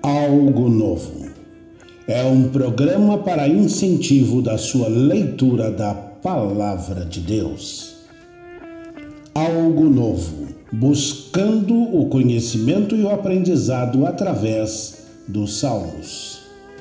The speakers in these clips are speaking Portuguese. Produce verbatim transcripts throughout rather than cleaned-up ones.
Algo Novo é um programa para incentivo da sua leitura da Palavra de Deus. Algo Novo, buscando o conhecimento e o aprendizado através dos Salmos.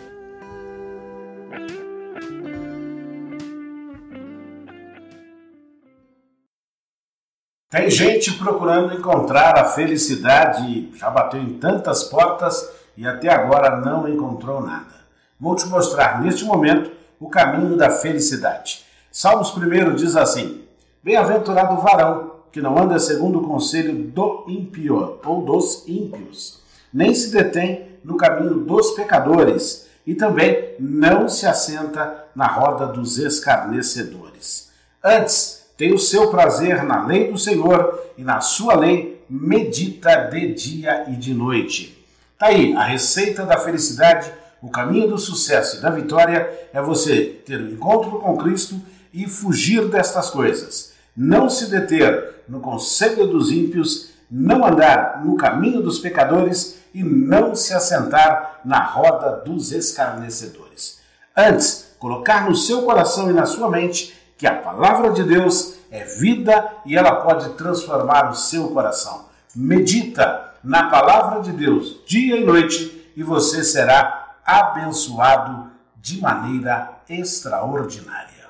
Tem gente procurando encontrar a felicidade, já bateu em tantas portas e até agora não encontrou nada. Vou te mostrar neste momento o caminho da felicidade. Salmos primeiro diz assim: Bem-aventurado o varão que não anda segundo o conselho do ímpio ou dos ímpios, nem se detém no caminho dos pecadores e também não se assenta na roda dos escarnecedores. Antes, tem o seu prazer na lei do Senhor e na sua lei medita de dia e de noite. Tá aí, a receita da felicidade, o caminho do sucesso e da vitória é você ter um encontro com Cristo e fugir destas coisas. Não se deter no conselho dos ímpios, não andar no caminho dos pecadores e não se assentar na roda dos escarnecedores. Antes, colocar no seu coração e na sua mente que a palavra de Deus é vida e ela pode transformar o seu coração. Medita na palavra de Deus dia e noite e você será abençoado de maneira extraordinária.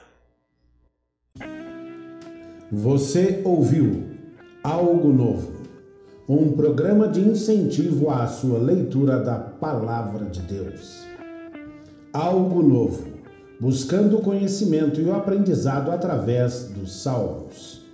Você ouviu Algo Novo, um programa de incentivo à sua leitura da Palavra de Deus. Algo Novo, buscando o conhecimento e o aprendizado através dos Salmos.